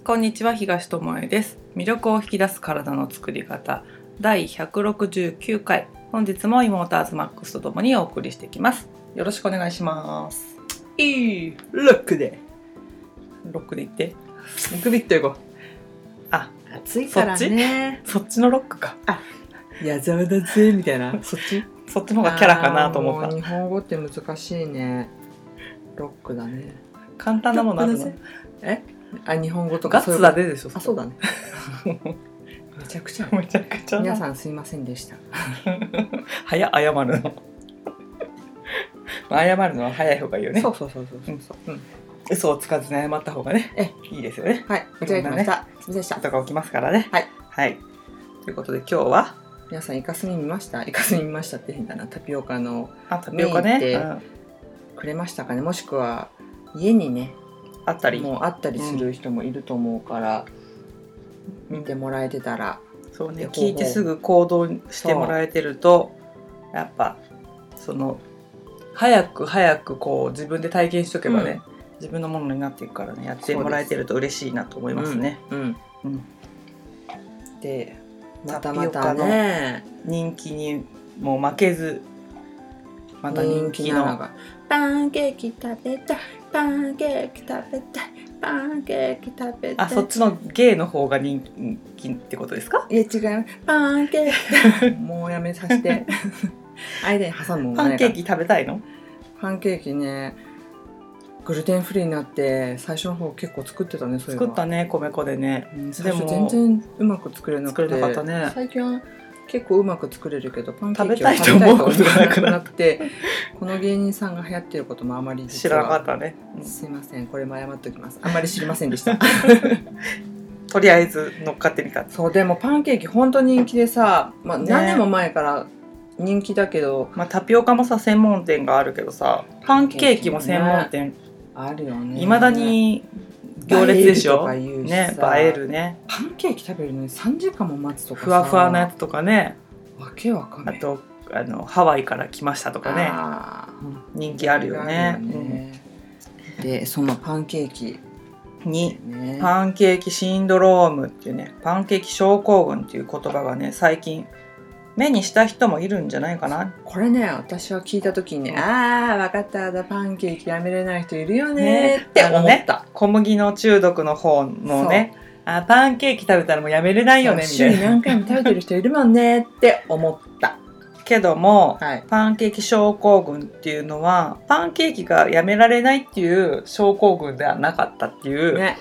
こんにちは、東智恵です。魅力を引き出す体の作り方第169回、本日もイモーターズマックスとともにお送りしていきます。よろしくお願いします。 ロックで言ってグビッといこう。 あ、 暑いからね。 そっちのロックか。 矢沢だぜみたいな。 そっちの方がキャラかなと思った。 日本語って難しいね。ロックだね。 簡単なものあるの？ 日本語とかガッツだででしょ。 そうだね。めちゃくちゃ皆さんすいませんでした。 早謝るの謝るのは早い方がいいよね。 そう、 嘘をつかずに謝った方がね、いいですよね。 はい、間違えてました。すみませんでした。 とか起きますからね。はい。ということで今日は皆さんイカスミ見ました？イカスミ見ましたって変だな。タピオカのタピオカね。 くれましたかね。もしくは家にねあったりする人もいると思うから、見てもらえてたら、 そうね、聞いてすぐ行動してもらえてるとやっぱその早くこう自分で体験しとけばね、自分のものになっていくからね、やってもらえてると嬉しいなと思いますね。でまたね人気にも負けず、また人気のパンケーキ食べたい、パンケーキ食べたい、パンケーキ食べたい。 そっちのゲイの方が人気ってことですか？ いや違う、パンケーキもうやめさせて間に挟むもんね。 パンケーキ食べたいの？ パンケーキね、グルテンフリーになって最初の方結構作ってたね。それ作ったね、米粉でね。 でも全然うまく作れなくて、 かったね。 最近は結構うまく作れるけど、パンケーキを食べたいと思うことがなくなってこの芸人さんが流行ってることもあまり知らなかったね。 すいません、これも謝っておきます。あんまり知りませんでしたとりあえず乗っかってみた。 そう、でもパンケーキ本当人気でさ、何年も前から人気だけど、 タピオカもさ専門店があるけどさ、パンケーキも専門店あるよね。 未だに行列でしょ。ね、映えるね。 パンケーキ食べるのに3時間も待つとかさ、 ふわふわなやつとかね。 わけわかんない。 あとハワイから来ましたとかね。人気あるよね。 でそのパンケーキに、パンケーキシンドロームっていうね、パンケーキ症候群っていう言葉がね、最近目にした人もいるんじゃないかな。 これね、私は聞いた時にね、分かった、パンケーキやめれない人いるよねって思った。 小麦の中毒の方のね、パンケーキ食べたらもうやめれないよねみたいな。 週に何回も食べてる人いるもんねって思ったけども、パンケーキ症候群っていうのはパンケーキがやめられないっていう症候群ではなかったっていう、ネ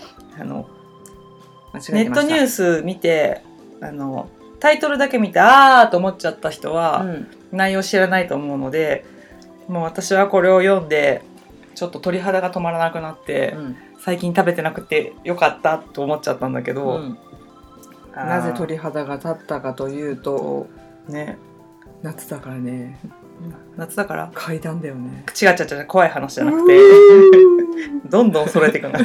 ットニュース見てタイトルだけ見てと思っちゃった人は、内容知らないと思うので、もう私はこれを読んでちょっと鳥肌が止まらなくなって、最近食べてなくてよかったと思っちゃったんだけど、 なぜ鳥肌が立ったかというとね、 夏だからね。 夏だから階段だよね。 違う怖い話じゃなくてどんどんそれていくな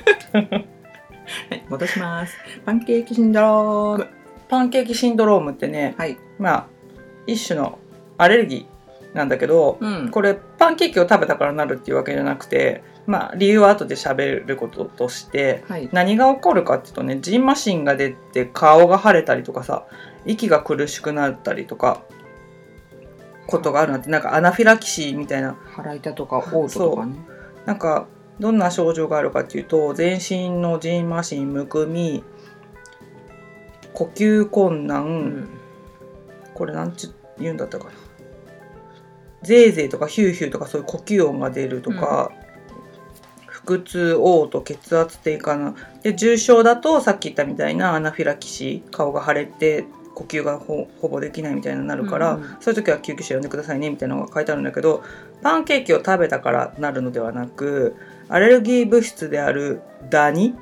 戻します。パンケーキシンドローム。 パンケーキシンドロームってね、一種のアレルギーなんだけど、これパンケーキを食べたからなるっていうわけじゃなくて、理由は後で喋ることとして、何が起こるかっていうとね、ジンマシンが出て顔が腫れたりとかさ、息が苦しくなったりとかことがあるなんて、なんかアナフィラキシーみたいな、 腹痛とか嘔吐とかね。 なんかどんな症状があるかっていうと、全身のジンマシン、むくみ、呼吸困難、これなんて言うんだったかな、ゼーゼーとかヒューヒューとかそういう呼吸音が出るとか、腹痛、嘔吐、血圧低下なで、重症だとさっき言ったみたいなアナフィラキシー、顔が腫れて呼吸が ほぼできないみたいになるから、そういう時は救急車呼んでくださいねみたいなのが書いてあるんだけど、パンケーキを食べたからなるのではなく、アレルギー物質であるダニ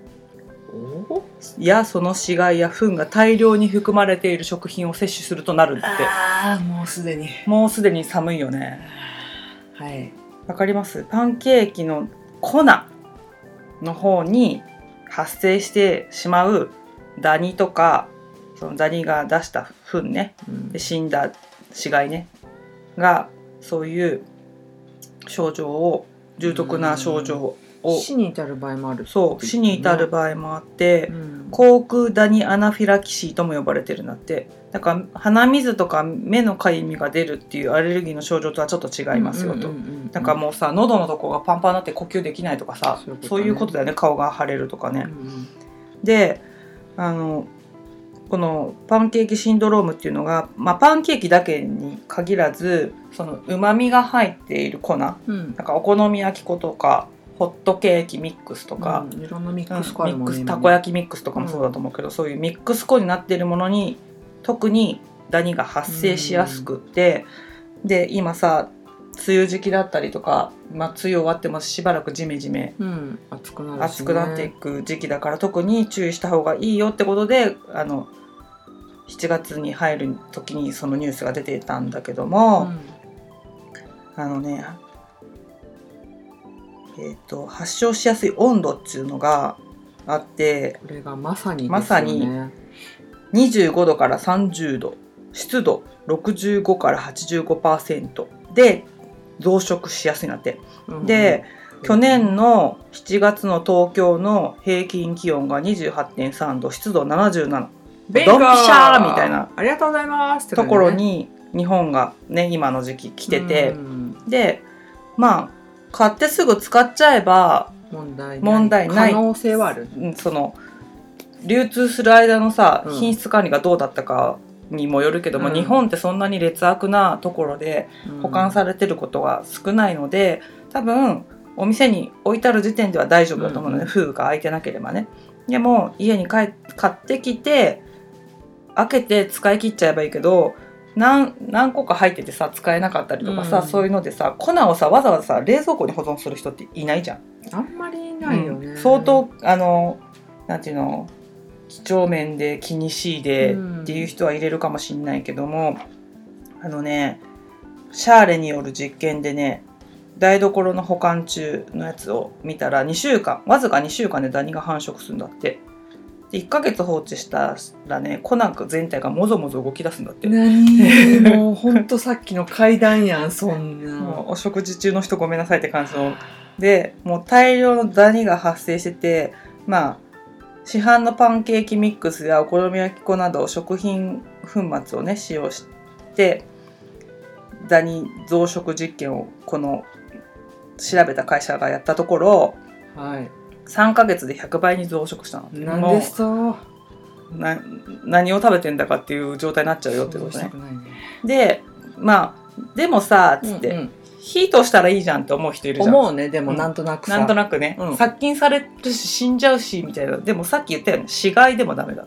やその死骸や糞が大量に含まれている食品を摂取するとなるって。 もうすでに寒いよね。 はいわかります？パンケーキの粉の方に発生してしまうダニとか、そのダニが出した糞ね、で死んだ死骸ねが、そういう症状を、重篤な症状死に至る場合もある。 そう死に至る場合もあって、 うん、 口腔ダニアナフィラキシーとも呼ばれてるんだって。だから鼻水とか目のかゆみが出るっていうアレルギーの症状とはちょっと違いますよと。だからもうさ喉のとこがパンパンになって呼吸できないとかさ、そういうことだよね。顔が腫れるとかね、 うんうん、 でこのパンケーキシンドロームっていうのが、まあ、パンケーキだけに限らずその旨味が入っている粉、なんかお好み焼き粉とかホットケーキミックスとか、 いろんなミックス粉あるもんね、 たこ焼きミックスとかもそうだと思うけど、そういうミックス粉になっているものに特にダニが発生しやすくて、で今さ梅雨時期だったりとか、まあ、梅雨終わってもしばらくジメジメ、 暑くなるしね、 暑くなっていく時期だから特に注意した方がいいよってことで7月に入る時にそのニュースが出ていたんだけども、発症しやすい温度っていうのがあって、 これがまさに 25度から30度、湿度65から 85% で増殖しやすいなって、で去年の7月の東京の平均気温が 28.3 度、湿度77、ドンピシャーみたいなありがとうございますところに日本がね今の時期来てて、でまあ買ってすぐ使っちゃえば問題ない可能性はある。 その流通する間のさ、品質管理がどうだったかにもよるけども、日本ってそんなに劣悪なところで保管されてることが少ないので、多分お店に置いてある時点では大丈夫だと思うので、封が開いてなければね。でも家に買ってきて開けて使い切っちゃえばいいけど、何個か入っててさ使えなかったりとかさ、そういうのでさ粉をさわざわざさ冷蔵庫に保存する人っていないじゃん。 あんまりいないよね、 相当なんていうの几帳面で気にしいでっていう人は入れるかもしれないけども、シャーレによる実験でね、台所の保管中のやつを見たらわずか2週間でダニが繁殖するんだって。で1ヶ月放置したらね、粉全体がもぞもぞ動き出すんだって。 もうほんとさっきの階段やん、そんな。 もうお食事中の人ごめんなさいって感じので、もう大量のダニが発生してて、まあ市販のパンケーキミックスやお好み焼き粉など食品粉末をね使用してダニ増殖実験をこの調べた会社がやったところ、3ヶ月で100倍に増殖したの。 なんでそう何を食べてんだかっていう状態になっちゃうよってことね。でまあでもさつって、火通したらいいじゃんって思う人いるじゃん。 思うね。でもなんとなくなんとなくね、殺菌されるし死んじゃうしみたいな。でもさっき言ったように死骸でもダメだって。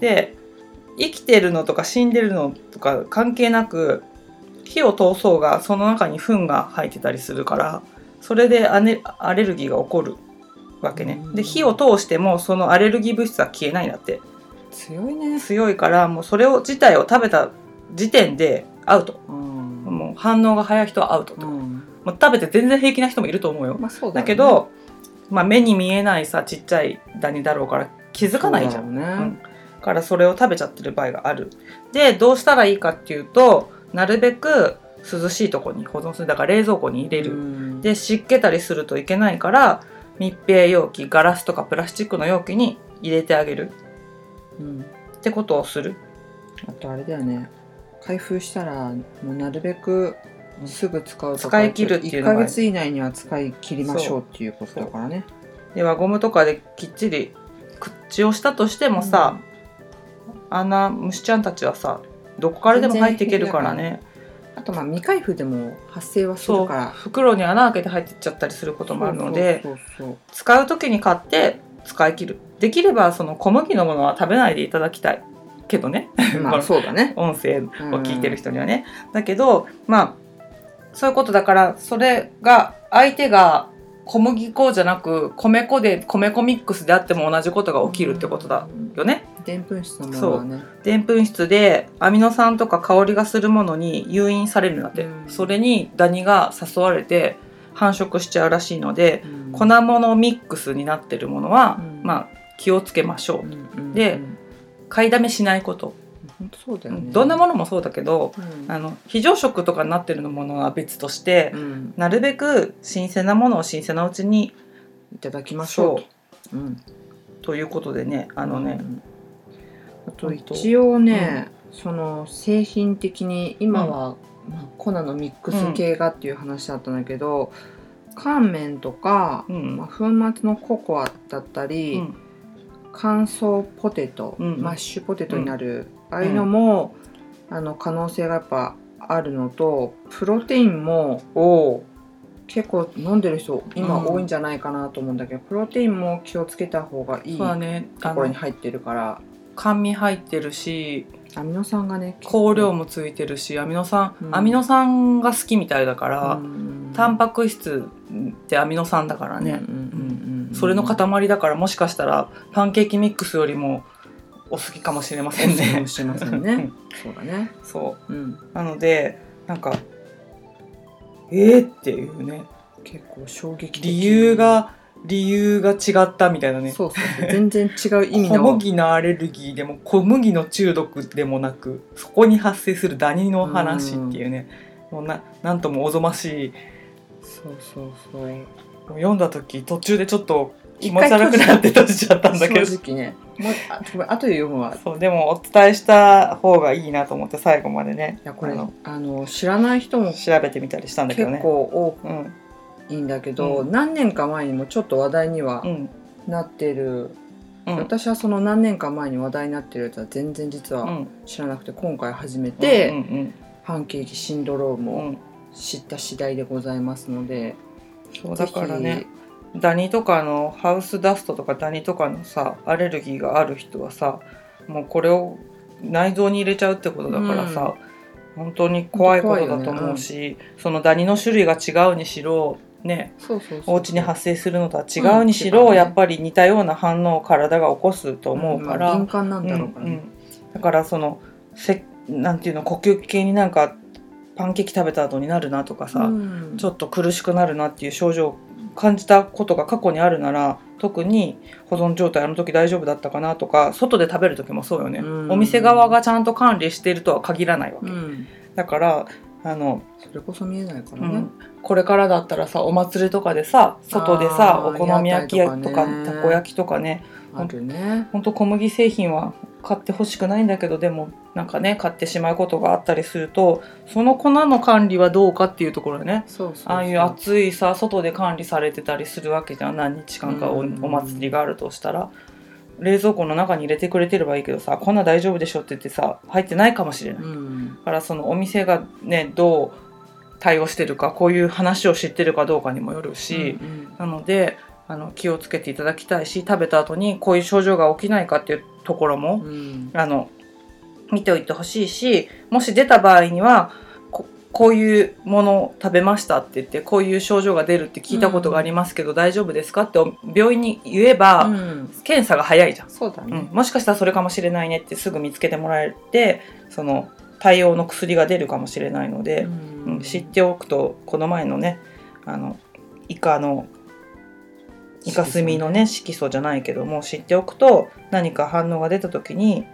で生きてるのとか死んでるのとか関係なく火を通そうがその中に糞が入ってたりするから、それでアレルギーが起こるわけね。で火を通してもそのアレルギー物質は消えないんだって。 強いね。 強いからもうそれ自体を食べた時点でアウト。もう反応が早い人はアウトと。もう食べて全然平気な人もいると思うよ。だけど、目に見えないさちっちゃいダニだろうから気づかないじゃん。からそれを食べちゃってる場合がある。でどうしたらいいかっていうと、なるべく涼しいところに保存する。だから冷蔵庫に入れる。で湿気たりするといけないから密閉容器、ガラスとかプラスチックの容器に入れてあげる、ってことをする。 あとあれだよね、開封したらもうなるべくすぐ使うとか、 使い切るっていうのが 1ヶ月以内には使い切りましょうっていうことだからね。 で輪ゴムとかできっちり口をしたとしてもさ、虫ちゃんたちはさどこからでも入っていけるからね。 あと未開封でも発生はするから、 袋に穴開けて入ってっちゃったりすることもあるので、使う時に買って使い切る。できればその小麦のものは食べないでいただきたいけどね。 そうだね。 音声を聞いてる人にはね。だけどそういうことだから、それが相手が小麦粉じゃなく米粉で米粉ミックスであっても同じことが起きるってことだよね。 でんぷん質のものはね。 でんぷん質でアミノ酸とか香りがするものに誘引されるんだって。それにダニが誘われて繁殖しちゃうらしいので、粉物ミックスになってるものは、気をつけましょう。で買いだめしないこと。 本当そうだよね。 どんなものもそうだけど、 うん、 非常食とかになってるものは別として、 うん、 なるべく新鮮なものを新鮮なうちにいただきましょうそう、うん、ということでね、 あと一応ね、その製品的に今は、粉のミックス系がっていう話だったんだけど、乾麺とか、粉末のココアだったり、乾燥ポテト、マッシュポテトになる、ああいうのも、可能性がやっぱあるのと、プロテインも結構飲んでる人今多いんじゃないかなと思うんだけど、プロテインも気をつけた方がいいところに入ってるから、 甘味入ってるし、 アミノ酸がね香料もついてるし、アミノ酸が好きみたいだから、タンパク質ってアミノ酸だからね、それの塊だから、もしかしたらパンケーキミックスよりもお好きかもしれませんね。 もしれませんね。そうだね。 そう、なのでなんかっていうね、 結構衝撃的。 理由が違ったみたいなね。 そう全然違う意味の小麦のアレルギーでも小麦の中毒でもなく、そこに発生するダニの話っていうね、もうなんともおぞましい。 そう読んだ時途中でちょっと気持ち悪くなって閉じちゃったんだけど、 正直ね、後で読むわ。 そうでもお伝えした方がいいなと思って最後までね、 いやこれ知らない人も調べてみたりしたんだけどね、 結構多いんだけど、何年か前にもちょっと話題にはなってる、私はその何年か前に話題になってるやつは全然実は知らなくて、今回初めてパンケーキシンドロームを知った次第でございますので、 そうだからね、ダニとかのハウスダストとかダニとかのさアレルギーがある人はさ、もうこれを内臓に入れちゃうってことだからさ、本当に怖いことだと思うし、そのダニの種類が違うにしろね、お家に発生するのとは違うにしろ、やっぱり似たような反応を体が起こすと思うから、 敏感なんだろうからね。 だからそのなんていうの、呼吸器系になんかパンケーキ食べた後になるなとかさ、ちょっと苦しくなるなっていう症状を感じたことが過去にあるなら、特に保存状態あの時大丈夫だったかなとか、外で食べる時もそうよね、お店側がちゃんと管理しているとは限らないわけ、だからそれこそ見えないからね、 これからだったらさ、お祭りとかでさ、外でさ、お好み焼きとかたこ焼きとかね、 あるね。 ほんと小麦製品は買ってほしくないんだけど、でもなんかね買ってしまうことがあったりすると、その粉の管理はどうかっていうところでね、ああいう暑いさ外で管理されてたりするわけじゃん。何日間かお祭りがあるとしたら、冷蔵庫の中に入れてくれてればいいけどさ、こんな大丈夫でしょって言ってさ入ってないかもしれない、だからそのお店がねどう対応してるか、こういう話を知ってるかどうかにもよるし、なので気をつけていただきたいし、食べた後にこういう症状が起きないかっていうところも、見ておいてほしいし、もし出た場合にはこういうものを食べましたって言って、こういう症状が出るって聞いたことがありますけど、大丈夫ですかって病院に言えば、検査が早いじゃん。 そうだね、 もしかしたらそれかもしれないねってすぐ見つけてもらえて、その対応の薬が出るかもしれないので、知っておくと、この前のねイカスミのね色素じゃないけども、知っておくと何か反応が出た時に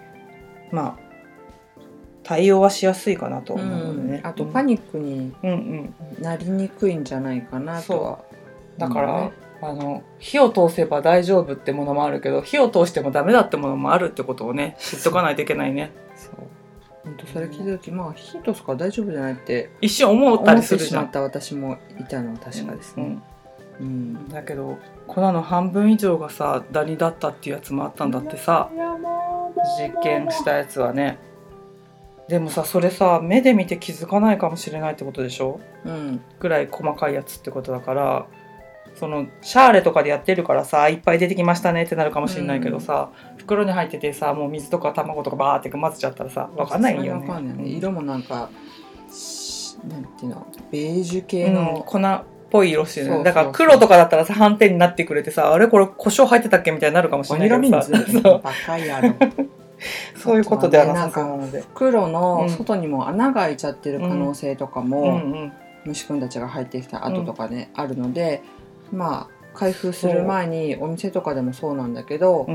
対応はしやすいかなと思うのでね、 あとパニックになりにくいんじゃないかなとは、 だから火を通せば大丈夫ってものもあるけど、火を通してもダメだってものもあるってことをね知っとかないといけないね。 そう本当それ聞いた時、火通すから大丈夫じゃないって一瞬思ったりするじゃん。 思ってしまった私もいたのは確かですね、 だけど粉の半分以上がさダニだったっていうやつもあったんだってさ、実験したやつはね。でもさ、それさ目で見て気づかないかもしれないってことでしょ、ぐらい細かいやつってことだから、そのシャーレとかでやってるからさいっぱい出てきましたねってなるかもしれないけどさ、袋に入っててさもう水とか卵とかバーって混ぜちゃったらさ分かんないよね。 色もなんかなんていうの、ベージュ系の、 粉っぽい色してるね。だから黒とかだったらさ斑点になってくれてさ、あれこれ胡椒入ってたっけみたいになるかもしれないけどさ、 バカやろそういうことではなさそうなので、 袋の外にも穴が開いちゃってる可能性とかも、虫くんたちが入ってきた後とかね、あるので、開封する前にお店とかでもそうなんだけど、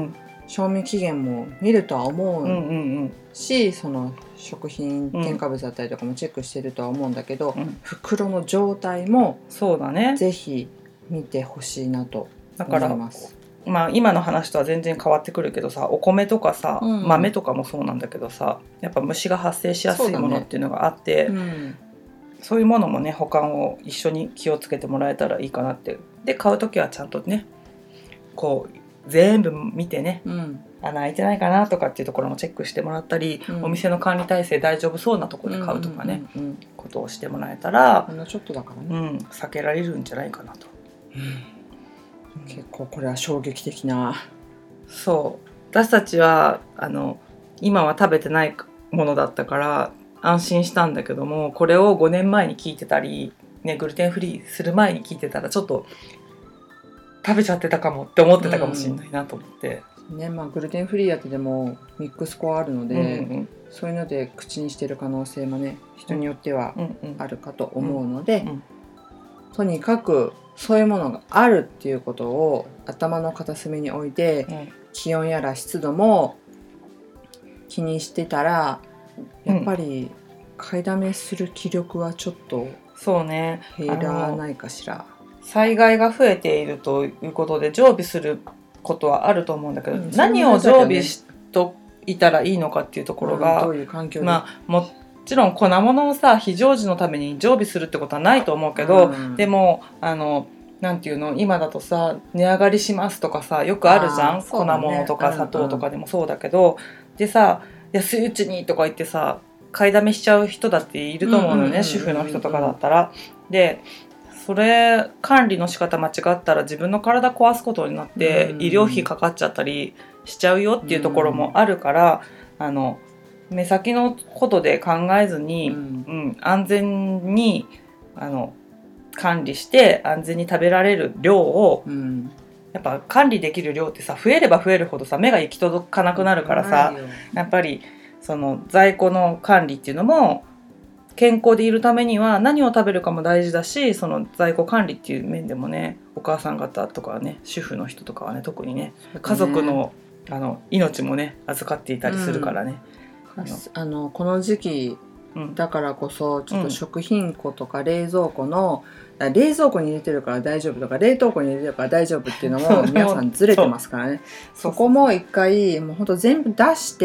賞味期限も見るとは思うんうんうし、その食品添加物だったりとかもチェックしてるとは思うんだけど、袋の状態もそうだね。 ぜひ見てほしいなとだから思います。 まあ今の話とは全然変わってくるけどさ、お米とかさ、豆とかもそうなんだけどさ、やっぱ虫が発生しやすいものっていうのがあって、そういうものもね、保管を一緒に気をつけてもらえたらいいかなって。で買う時はちゃんとね、こう全部見てね、穴開いてないかなとかっていうところもチェックしてもらったり、お店の管理体制大丈夫そうなところで買うとかね、ことをしてもらえたら、 ほんのちょっとだからね、 避けられるんじゃないかなと。 結構これは衝撃的な。 そう私たちは今は食べてないものだったから安心したんだけども、これを5年前に聞いてたり、ね、グルテンフリーする前に聞いてたらちょっと食べちゃってたかもって思ってたかもしれないなと思って、 ね、まあグルテンフリーやってでもミックス粉あるので、そういうので口にしてる可能性もね、人によってはあるかと思うので、とにかくそういうものがあるっていうことを頭の片隅に置いて、気温やら湿度も気にしてたら、やっぱり買いだめする気力はちょっと減らないかしら。 災害が増えているということで常備することはあると思うんだけど、何を常備しといたらいいのかっていうところが、 どういう環境で、 もちろん粉物をさ非常時のために常備するってことはないと思うけど、でもなんていうの、今だとさ値上がりしますとかさよくあるじゃん、粉物とか砂糖とかでもそうだけど、でさ安いうちにとか言ってさ買いだめしちゃう人だっていると思うのね、主婦の人とかだったら。でそれ管理の仕方間違ったら自分の体壊すことになって医療費かかっちゃったりしちゃうよっていうところもあるから、目先のことで考えずに、安全に管理して安全に食べられる量を、やっぱ管理できる量ってさ増えれば増えるほどさ目が行き届かなくなるからさ、やっぱりその在庫の管理っていうのも健康でいるためには何を食べるかも大事だし、その在庫管理っていう面でもね、お母さん方とかはね、主婦の人とかはね特にね、家族の命もね預かっていたりするからね、 この時期だからこそちょっと食品庫とか冷蔵庫の、冷蔵庫に入れてるから大丈夫とか冷凍庫に入れてるから大丈夫っていうのも皆さんずれてますからね。そこも一回もうほんと全部出して、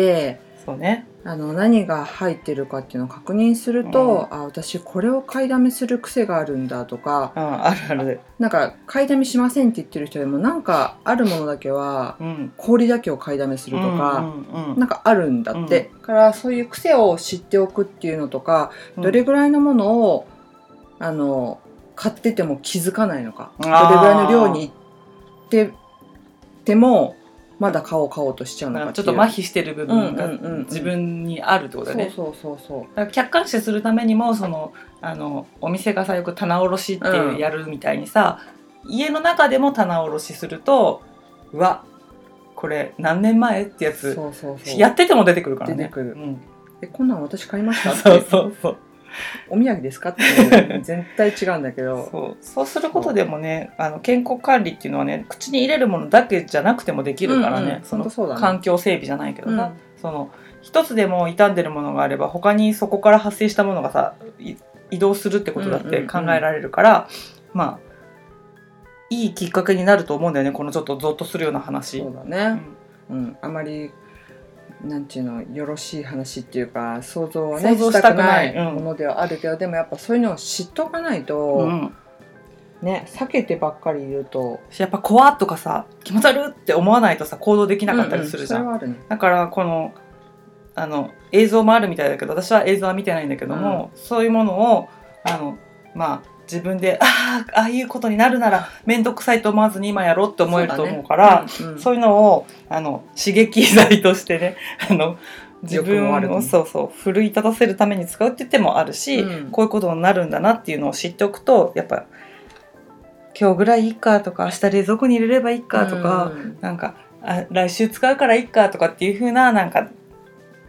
そうね、 何が入ってるかっていうのを確認すると、私これを買いだめする癖があるんだとか、 あるある、 なんか買いだめしませんって言ってる人でもなんかあるものだけは、氷だけを買いだめするとか、なんかあるんだって、からそういう癖を知っておくっていうのとか、どれぐらいのものを買ってても気づかないのか、どれぐらいの量に行っててもまだ買おうとしちゃうのかっていう、 ちょっと麻痺してる部分が自分にあるってことだね。 そうだから客観視するためにもお店がさよく棚卸しってやるみたいにさ、家の中でも棚卸しすると、うわこれ何年前ってやつやってても出てくるからね。 出てくる、こんなん私買いましたってそうお土産ですかって絶対違うんだけど、 そうすることでもね、健康管理っていうのはね、口に入れるものだけじゃなくてもできるからね、その環境整備じゃないけどさ、その一つでも傷んでるものがあれば他にそこから発生したものがさ移動するってことだって考えられるから、まあいいきっかけになると思うんだよね、このちょっとゾッとするような話。 そうだね、あまりなんていうの、よろしい話っていうか想像はねしたくないものではあるけど、でもやっぱそういうのを知っとかないと、ね、避けてばっかりいるとやっぱ怖っとかさ気持ち悪って思わないとさ行動できなかったりするじゃん。 それはあるね。 だからこの映像もあるみたいだけど、私は映像は見てないんだけども、そういうものを自分でああいうことになるなら面倒くさいと思わずに今やろうって思えると思うから、そういうのを刺激剤としてね自分を奮い立たせるために使うって言ってもあるし、こういうことになるんだなっていうのを知っておくと、やっぱ今日ぐらいいいかとか、明日冷蔵庫に入れればいいかとか、なんか来週使うからいいかとかっていう風ななんか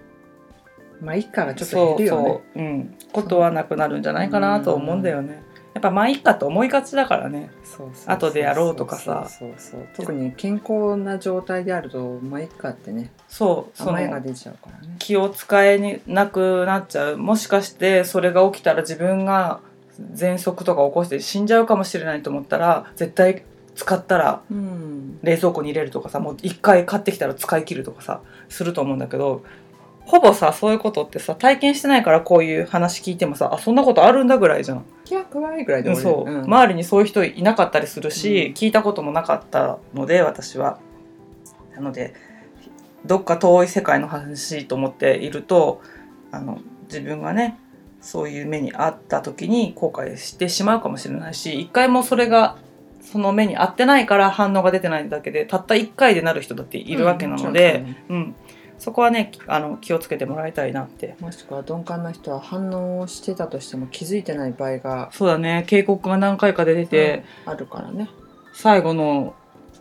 まあいいからちょっと減るよね。 ことはなくなるんじゃないかなと思うんだよね。 やっぱまあいいかと思いがちだからね。 そう後でやろうとかさ。 特に健康な状態であるとまあいいかってね、 そう甘えが出ちゃうからね。 気を使えなくなっちゃう。もしかしてそれが起きたら自分が喘息とか起こして死んじゃうかもしれないと思ったら、絶対使ったら冷蔵庫に入れるとかさ、もう一回買ってきたら使い切るとかさすると思うんだけど、ほぼさそういうことってさ体験してないから、こういう話聞いてもさ、あそんなことあるんだぐらいじゃん。 怖いぐらいでそう、周りにそういう人いなかったりするし、聞いたこともなかったので私は。なのでどっか遠い世界の話と思っていると、自分がねそういう目に遭った時に後悔してしまうかもしれないし、一回もそれがその目に遭ってないから反応が出てないだけで、たった1回でなる人だっているわけなので、そこはね気をつけてもらいたいなって。 もしくは鈍感な人は反応してたとしても気づいてない場合が、 そうだね、警告が何回か出てて、 あるからね、 最後の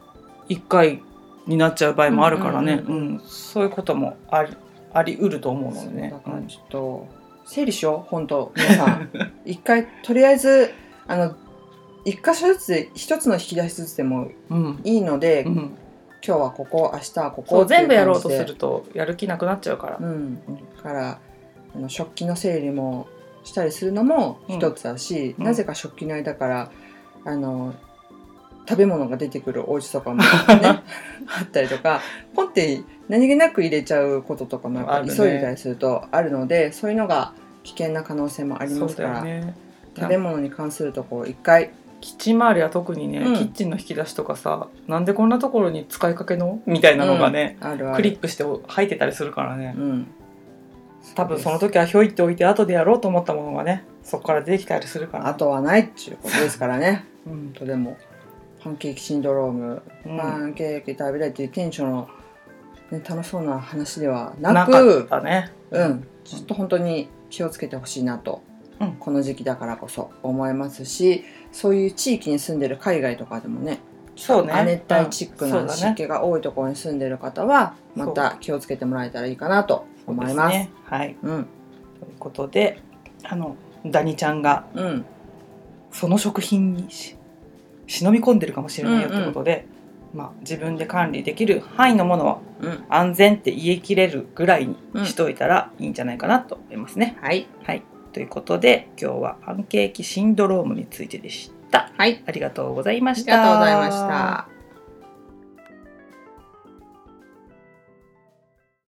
1回になっちゃう場合もあるからね、そういうこともありうると思うのでね。 だからちょっと整理しよう、本当皆さん一回とりあえず一箇所ずつで一つの引き出しずつでもいいので、今日はここ、明日はここ、 全部やろうとするとやる気なくなっちゃうから。 から食器の整理もしたりするのも一つだし、なぜか食器の間から食べ物が出てくるお家とかもねあったりとか、ポンって何気なく入れちゃうこととかもやっぱり急いでたりするとあるので、そういうのが危険な可能性もありますから、食べ物に関するところ一回、 キッチン周りは特にね、キッチンの引き出しとかさ、なんでこんなところに使いかけのみたいなのがね、クリップして入ってたりするからね、多分その時はひょいっておいて後でやろうと思ったものがね、そこから出てきたりするから、 あとはないっていうことですからね。とでもパンケーキシンドローム、パンケーキ食べたいっていうテンションの、楽しそうな話ではなく、 なかったね。 ちょっと本当に気をつけてほしいなと、この時期だからこそ思いますし、そういう地域に住んでる海外とかでもね、亜熱帯チックな湿気が多いところに住んでる方はまた気をつけてもらえたらいいかなと思います。 はい。ということで、ダニちゃんがその食品に忍び込んでるかもしれないよってことで、自分で管理できる範囲のものは安全って言い切れるぐらいにしといたらいいんじゃないかなと思いますね。はい。ということで今日はパンケーキシンドロームについてでした。ありがとうございました。 ありがとうございました。